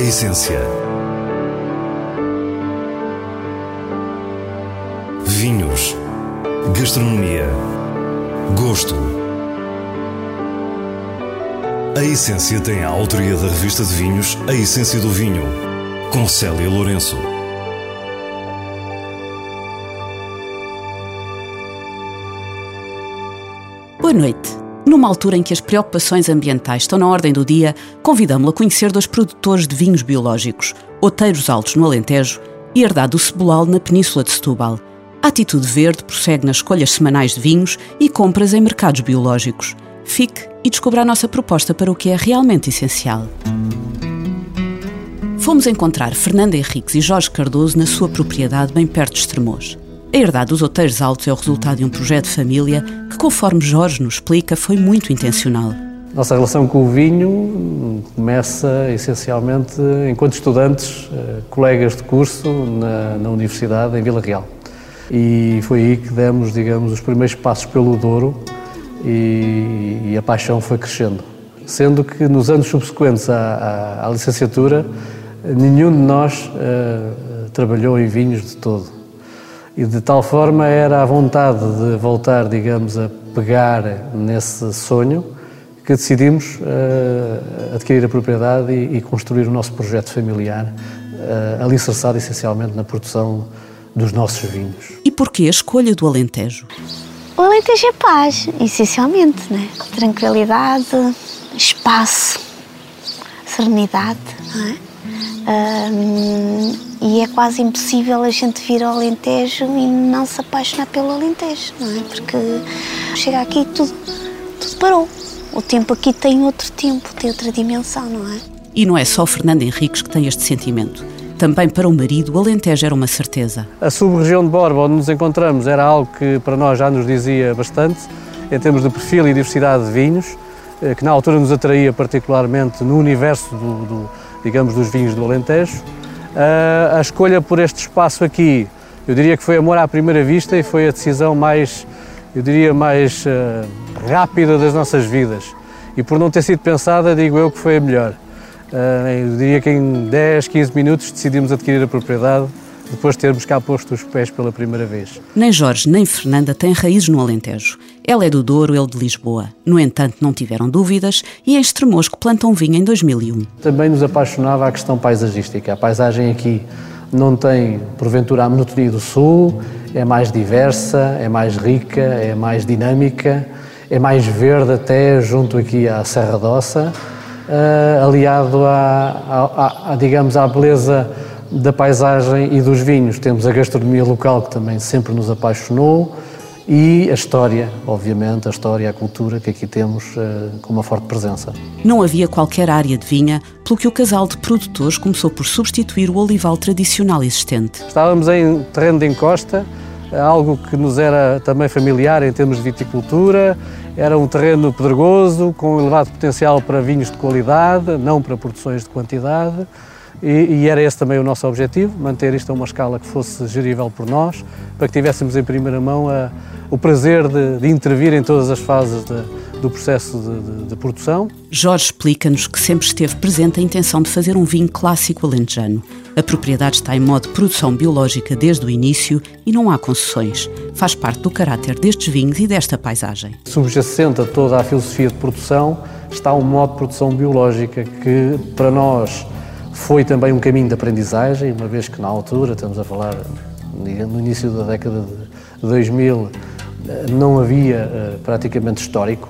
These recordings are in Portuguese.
essência. Vinhos, gastronomia, gosto. A Essência tem a autoria da revista de vinhos A Essência do Vinho, com Célia Lourenço. Boa noite. Numa altura em que as preocupações ambientais estão na ordem do dia, convidamo-la a conhecer dois produtores de vinhos biológicos, Oteiros Altos, no Alentejo, e Herdade do Ceboal, na Península de Setúbal. A Atitude Verde prossegue nas escolhas semanais de vinhos e compras em mercados biológicos. Fique e descubra a nossa proposta para o que é realmente essencial. Fomos encontrar Fernanda Henriques e Jorge Cardoso na sua propriedade, bem perto de Estremoz. A herdade dos Oteiros Altos é o resultado de um projeto de família que, conforme Jorge nos explica, foi muito intencional. Nossa relação com o vinho começa essencialmente enquanto estudantes, colegas de curso na Universidade, em Vila Real. E foi aí que demos, digamos, os primeiros passos pelo Douro e a paixão foi crescendo. Sendo que nos anos subsequentes à licenciatura, nenhum de nós trabalhou em vinhos de todo. E de tal forma era a vontade de voltar, digamos, a pegar nesse sonho que decidimos adquirir a propriedade e construir o nosso projeto familiar, alicerçado essencialmente na produção dos nossos vinhos. E porquê a escolha do Alentejo? O Alentejo é paz, essencialmente, né? Tranquilidade, espaço, serenidade, não é? E é quase impossível a gente vir ao Alentejo e não se apaixonar pelo Alentejo, não é? Porque chega aqui e tudo parou. O tempo aqui tem outro tempo, tem outra dimensão, não é? E não é só Fernanda Henriques que tem este sentimento. Também para o marido, o Alentejo era uma certeza. A sub-região de Borba, onde nos encontramos, era algo que para nós já nos dizia bastante, em termos de perfil e diversidade de vinhos, que na altura nos atraía particularmente no universo digamos, dos vinhos do Alentejo. A escolha por este espaço aqui, eu diria que foi amor à primeira vista e foi a decisão mais rápida das nossas vidas. E por não ter sido pensada, digo eu que foi a melhor. Eu diria que em 10, 15 minutos decidimos adquirir a propriedade, depois de termos cá posto os pés pela primeira vez. Nem Jorge nem Fernanda têm raízes no Alentejo. Ela é do Douro, ele de Lisboa. No entanto, não tiveram dúvidas e em Estremoz que plantam vinho em 2001. Também nos apaixonava a questão paisagística. A paisagem aqui não tem, porventura, a monotonia do sul, é mais diversa, é mais rica, é mais dinâmica, é mais verde até junto aqui à Serra d'Ossa, aliado digamos, à beleza da paisagem e dos vinhos. Temos a gastronomia local que também sempre nos apaixonou e a história, obviamente, a cultura que aqui temos com uma forte presença. Não havia qualquer área de vinha, pelo que o casal de produtores começou por substituir o olival tradicional existente. Estávamos em terreno de encosta, algo que nos era também familiar em termos de viticultura. Era um terreno pedregoso, com elevado potencial para vinhos de qualidade, não para produções de quantidade. E era esse também o nosso objetivo, manter isto a uma escala que fosse gerível por nós, para que tivéssemos em primeira mão o prazer de intervir em todas as fases do processo de produção. Jorge explica-nos que sempre esteve presente a intenção de fazer um vinho clássico alentejano. A propriedade está em modo de produção biológica desde o início e não há concessões. Faz parte do caráter destes vinhos e desta paisagem. Subjacente a toda a filosofia de produção está um modo de produção biológica que, para nós, foi também um caminho de aprendizagem, uma vez que na altura, estamos a falar no início da década de 2000, não havia praticamente histórico.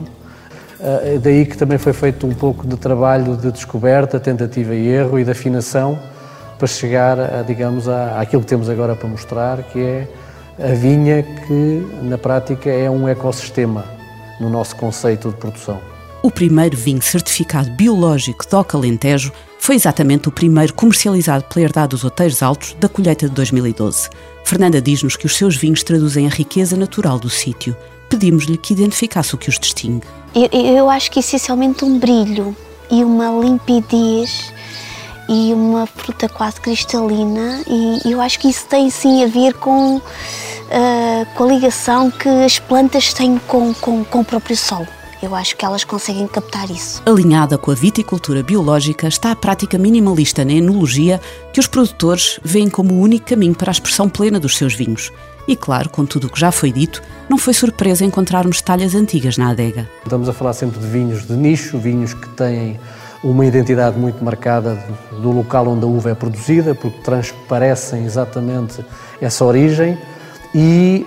Daí que também foi feito um pouco de trabalho de descoberta, tentativa e erro e de afinação para chegar, digamos, àquilo que temos agora para mostrar, que é a vinha que, na prática, é um ecossistema no nosso conceito de produção. O primeiro vinho certificado biológico de Oca Alentejo foi exatamente o primeiro comercializado pela Herdade dos Oteiros Altos da colheita de 2012. Fernanda diz-nos que os seus vinhos traduzem a riqueza natural do sítio. Pedimos-lhe que identificasse o que os distingue. Eu acho que essencialmente um brilho e uma limpidez e uma fruta quase cristalina, e eu acho que isso tem sim a ver com a ligação que as plantas têm com o próprio solo. Eu acho que elas conseguem captar isso. Alinhada com a viticultura biológica está a prática minimalista na enologia que os produtores veem como o único caminho para a expressão plena dos seus vinhos. E claro, com tudo o que já foi dito, não foi surpresa encontrarmos talhas antigas na adega. Estamos a falar sempre de vinhos de nicho, vinhos que têm uma identidade muito marcada do local onde a uva é produzida, porque transparecem exatamente essa origem e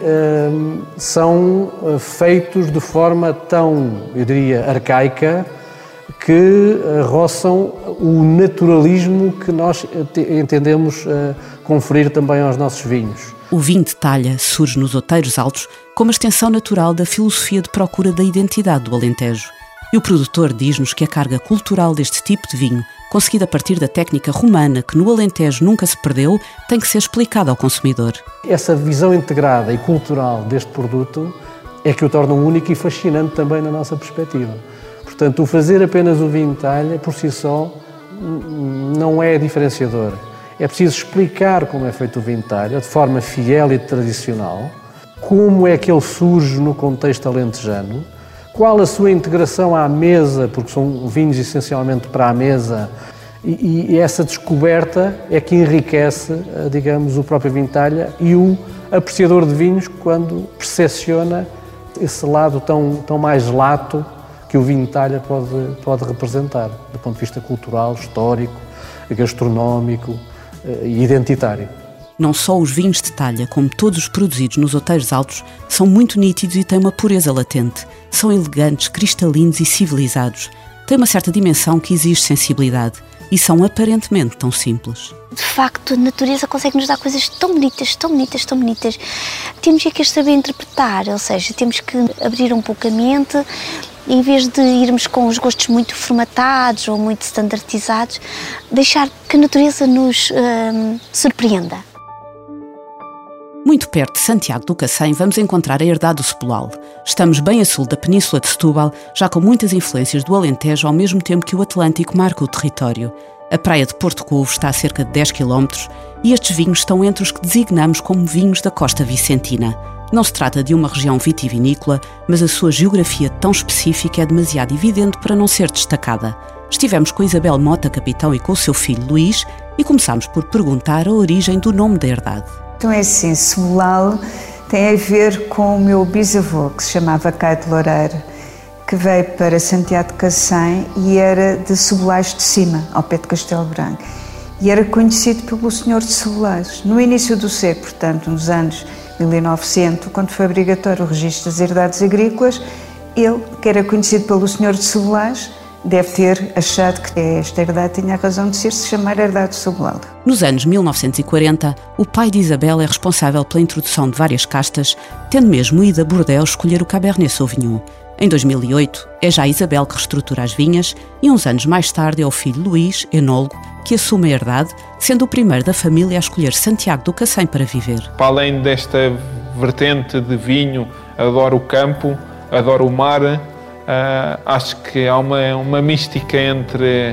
são feitos de forma tão, eu diria, arcaica, que roçam o naturalismo que nós entendemos conferir também aos nossos vinhos. O vinho de talha surge nos Outeiros Altos como a extensão natural da filosofia de procura da identidade do Alentejo. E o produtor diz-nos que a carga cultural deste tipo de vinho, conseguida a partir da técnica romana que no Alentejo nunca se perdeu, tem que ser explicada ao consumidor. Essa visão integrada e cultural deste produto é que o torna único e fascinante também na nossa perspectiva. Portanto, o fazer apenas o vinho de talha, por si só, não é diferenciador. É preciso explicar como é feito o vinho de talha, de forma fiel e tradicional, como é que ele surge no contexto alentejano, qual a sua integração à mesa, porque são vinhos essencialmente para a mesa, e essa descoberta é que enriquece, digamos, o próprio vinho de talha e o apreciador de vinhos quando percepciona esse lado tão mais lato que o vinho de talha pode representar, do ponto de vista cultural, histórico, gastronómico e identitário. Não só os vinhos de talha, como todos os produzidos nos Outeiros Altos, são muito nítidos e têm uma pureza latente. São elegantes, cristalinos e civilizados. Têm uma certa dimensão que exige sensibilidade e são aparentemente tão simples. De facto, a natureza consegue nos dar coisas tão bonitas, tão bonitas, tão bonitas. Temos é que as saber interpretar, ou seja, temos que abrir um pouco a mente. Em vez de irmos com os gostos muito formatados ou muito standardizados, deixar que a natureza nos surpreenda. Muito perto de Santiago do Cacém vamos encontrar a herdade do Cebolau. Estamos bem a sul da Península de Setúbal, já com muitas influências do Alentejo ao mesmo tempo que o Atlântico marca o território. A praia de Porto Covo está a cerca de 10 km e estes vinhos estão entre os que designamos como vinhos da Costa Vicentina. Não se trata de uma região vitivinícola, mas a sua geografia tão específica é demasiado evidente para não ser destacada. Estivemos com Isabel Mota, capitão, e com o seu filho Luís e começámos por perguntar a origem do nome da herdade. Então é assim, Cebolau tem a ver com o meu bisavô, que se chamava Caio de Loureiro, que veio para Santiago de Cacém e era de Cebolais de Cima, ao pé de Castelo Branco. E era conhecido pelo senhor de Cebolais. No início do século, portanto, nos anos 1900, quando foi obrigatório o registro das herdades agrícolas, ele, que era conhecido pelo senhor de Cebolais, deve ter achado que esta herdade tinha a razão de se chamar herdade de Cebolau. Nos anos 1940, o pai de Isabel é responsável pela introdução de várias castas, tendo mesmo ido a Bordeaux escolher o Cabernet Sauvignon. Em 2008, é já Isabel que reestrutura as vinhas e uns anos mais tarde é o filho Luís, enólogo, que assume a herdade, sendo o primeiro da família a escolher Santiago do Cacém para viver. Para além desta vertente de vinho, adoro o campo, adoro o mar. Acho que há uma mística entre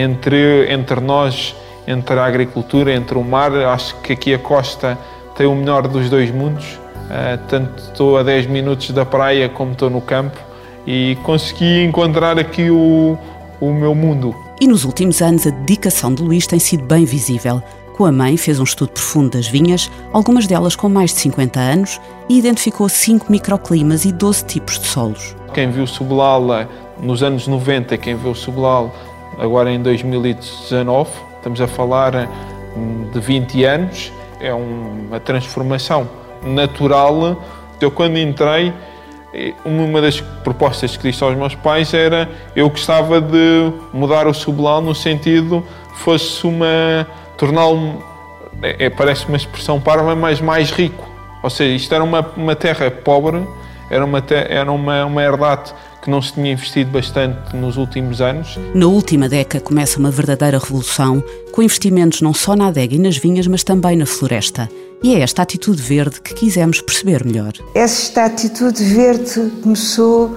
nós, entre a agricultura, entre o mar. Acho que aqui a costa tem o melhor dos dois mundos. Tanto estou a 10 minutos da praia como estou no campo e consegui encontrar aqui o meu mundo. E nos últimos anos a dedicação de Luís tem sido bem visível. Com a mãe fez um estudo profundo das vinhas, algumas delas com mais de 50 anos, e identificou 5 microclimas e 12 tipos de solos. Quem viu Cebolau nos anos 90, quem viu Cebolau agora em 2019, estamos a falar de 20 anos, é uma transformação natural. Eu, quando entrei, uma das propostas que disse aos meus pais era eu gostava de mudar o Cebolau no sentido fosse torná-lo, parece uma expressão parva, mas mais rico. Ou seja, isto era uma terra pobre, era uma herdade que não se tinha investido bastante nos últimos anos. Na última década começa uma verdadeira revolução, com investimentos não só na adega e nas vinhas, mas também na floresta. E é esta atitude verde que quisemos perceber melhor. Esta atitude verde começou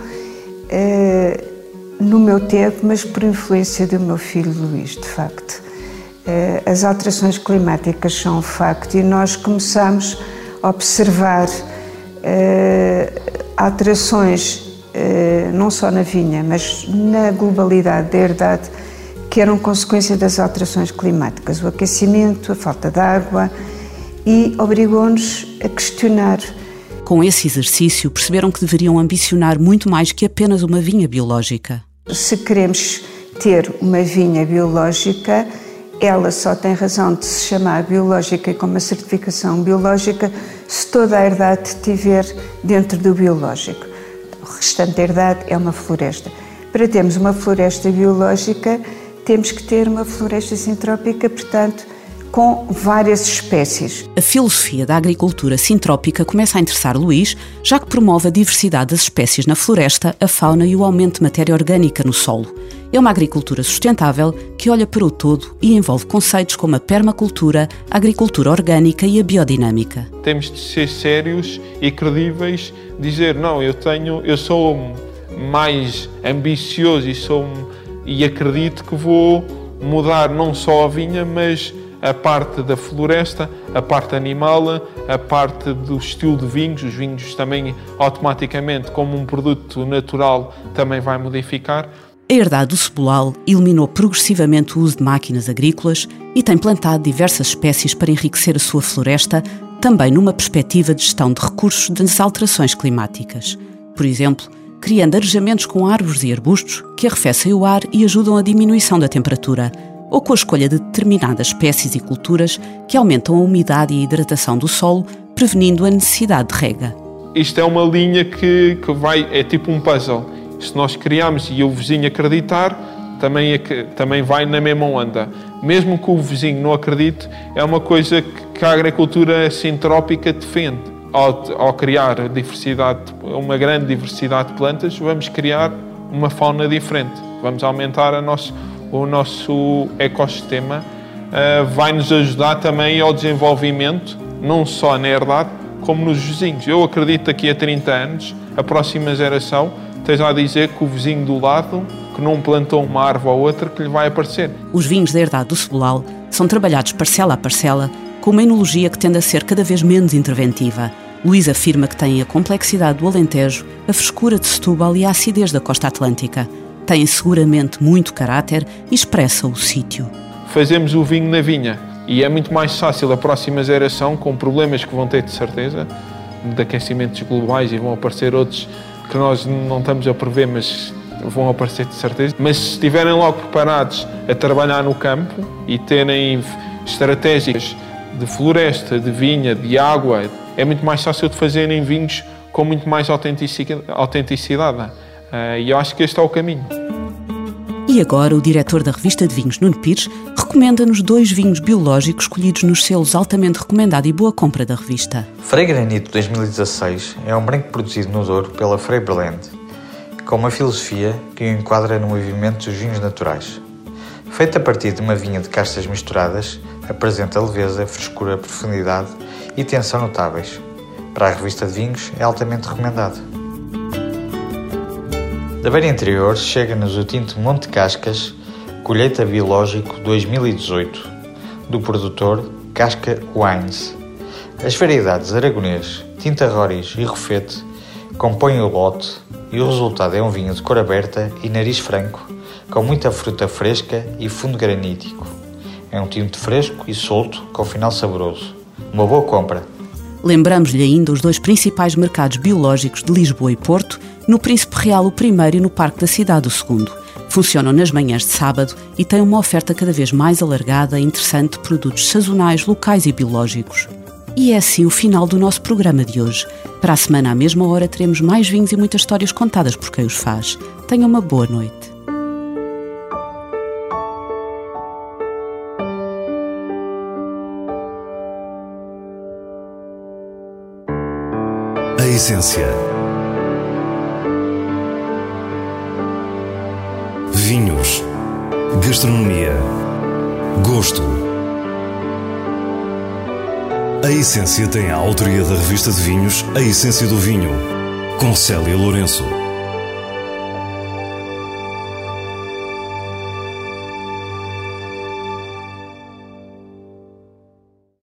no meu tempo, mas por influência do meu filho Luís, de facto. As alterações climáticas são um facto e nós começamos a observar alterações não só na vinha, mas na globalidade da herdade, que eram consequência das alterações climáticas, o aquecimento, a falta de água, e obrigou-nos a questionar. Com esse exercício, perceberam que deveriam ambicionar muito mais que apenas uma vinha biológica. Se queremos ter uma vinha biológica, ela só tem razão de se chamar biológica e com uma certificação biológica se toda a herdade estiver dentro do biológico. O restante da herdade é uma floresta. Para termos uma floresta biológica, temos que ter uma floresta sintrópica, portanto, com várias espécies. A filosofia da agricultura sintrópica começa a interessar Luís, já que promove a diversidade das espécies na floresta, a fauna e o aumento de matéria orgânica no solo. É uma agricultura sustentável que olha para o todo e envolve conceitos como a permacultura, a agricultura orgânica e a biodinâmica. Temos de ser sérios e credíveis, dizer, não, eu sou mais ambicioso e acredito que vou mudar não só a vinha, mas a parte da floresta, a parte animal, a parte do estilo de vinhos. Os vinhos também automaticamente, como um produto natural, também vai modificar. A herdade do Cebolal eliminou progressivamente o uso de máquinas agrícolas e tem plantado diversas espécies para enriquecer a sua floresta, também numa perspectiva de gestão de recursos das alterações climáticas. Por exemplo, criando arejamentos com árvores e arbustos que arrefecem o ar e ajudam a diminuição da temperatura, ou com a escolha de determinadas espécies e culturas que aumentam a umidade e a hidratação do solo, prevenindo a necessidade de rega. Isto é uma linha que é tipo um puzzle. Se nós criarmos e o vizinho acreditar, também vai na mesma onda. Mesmo que o vizinho não acredite, é uma coisa que a agricultura sintrópica defende. Ao criar uma grande diversidade de plantas, vamos criar uma fauna diferente. Vamos aumentar o nosso ecossistema. Vai-nos ajudar também ao desenvolvimento, não só na herdade, como nos vizinhos. Eu acredito que daqui a 30 anos, a próxima geração esteja a dizer que o vizinho do lado, que não plantou uma árvore ou outra, que lhe vai aparecer. Os vinhos da herdade do Cebolal são trabalhados parcela a parcela, com uma enologia que tende a ser cada vez menos interventiva. Luís afirma que têm a complexidade do Alentejo, a frescura de Setúbal e a acidez da costa atlântica. Têm seguramente muito caráter e expressam o sítio. Fazemos o vinho na vinha e é muito mais fácil a próxima geração, com problemas que vão ter de certeza, de aquecimentos globais, e vão aparecer outros que nós não estamos a prever, mas vão aparecer de certeza. Mas se estiverem logo preparados a trabalhar no campo e terem estratégias de floresta, de vinha, de água, é muito mais fácil de fazerem vinhos com muito mais autenticidade. E eu acho que este é o caminho. E agora o diretor da revista de vinhos, Nuno Pires, recomenda-nos 2 vinhos biológicos escolhidos nos selos altamente recomendado e boa compra da revista. Frei Granito 2016 é um branco produzido no Douro pela Frei Blend, com uma filosofia que o enquadra no movimento dos vinhos naturais. Feito a partir de uma vinha de castas misturadas, apresenta leveza, frescura, profundidade e tensão notáveis. Para a revista de vinhos é altamente recomendado. Da beira interior chega-nos o tinto Monte Cascas, colheita biológico 2018, do produtor Casca Wines. As variedades aragonês, Tinta Roriz e Rofete compõem o lote e o resultado é um vinho de cor aberta e nariz franco, com muita fruta fresca e fundo granítico. É um tinto fresco e solto, com final saboroso. Uma boa compra. Lembramos-lhe ainda os 2 principais mercados biológicos de Lisboa e Porto, no Príncipe Real o primeiro e no Parque da Cidade o segundo. Funcionam nas manhãs de sábado e têm uma oferta cada vez mais alargada e interessante de produtos sazonais, locais e biológicos. E é assim o final do nosso programa de hoje. Para a semana, à mesma hora, teremos mais vinhos e muitas histórias contadas por quem os faz. Tenham uma boa noite. A essência. Vinhos. Gastronomia. Gosto. A Essência tem a autoria da revista de vinhos A Essência do Vinho, com Célia Lourenço.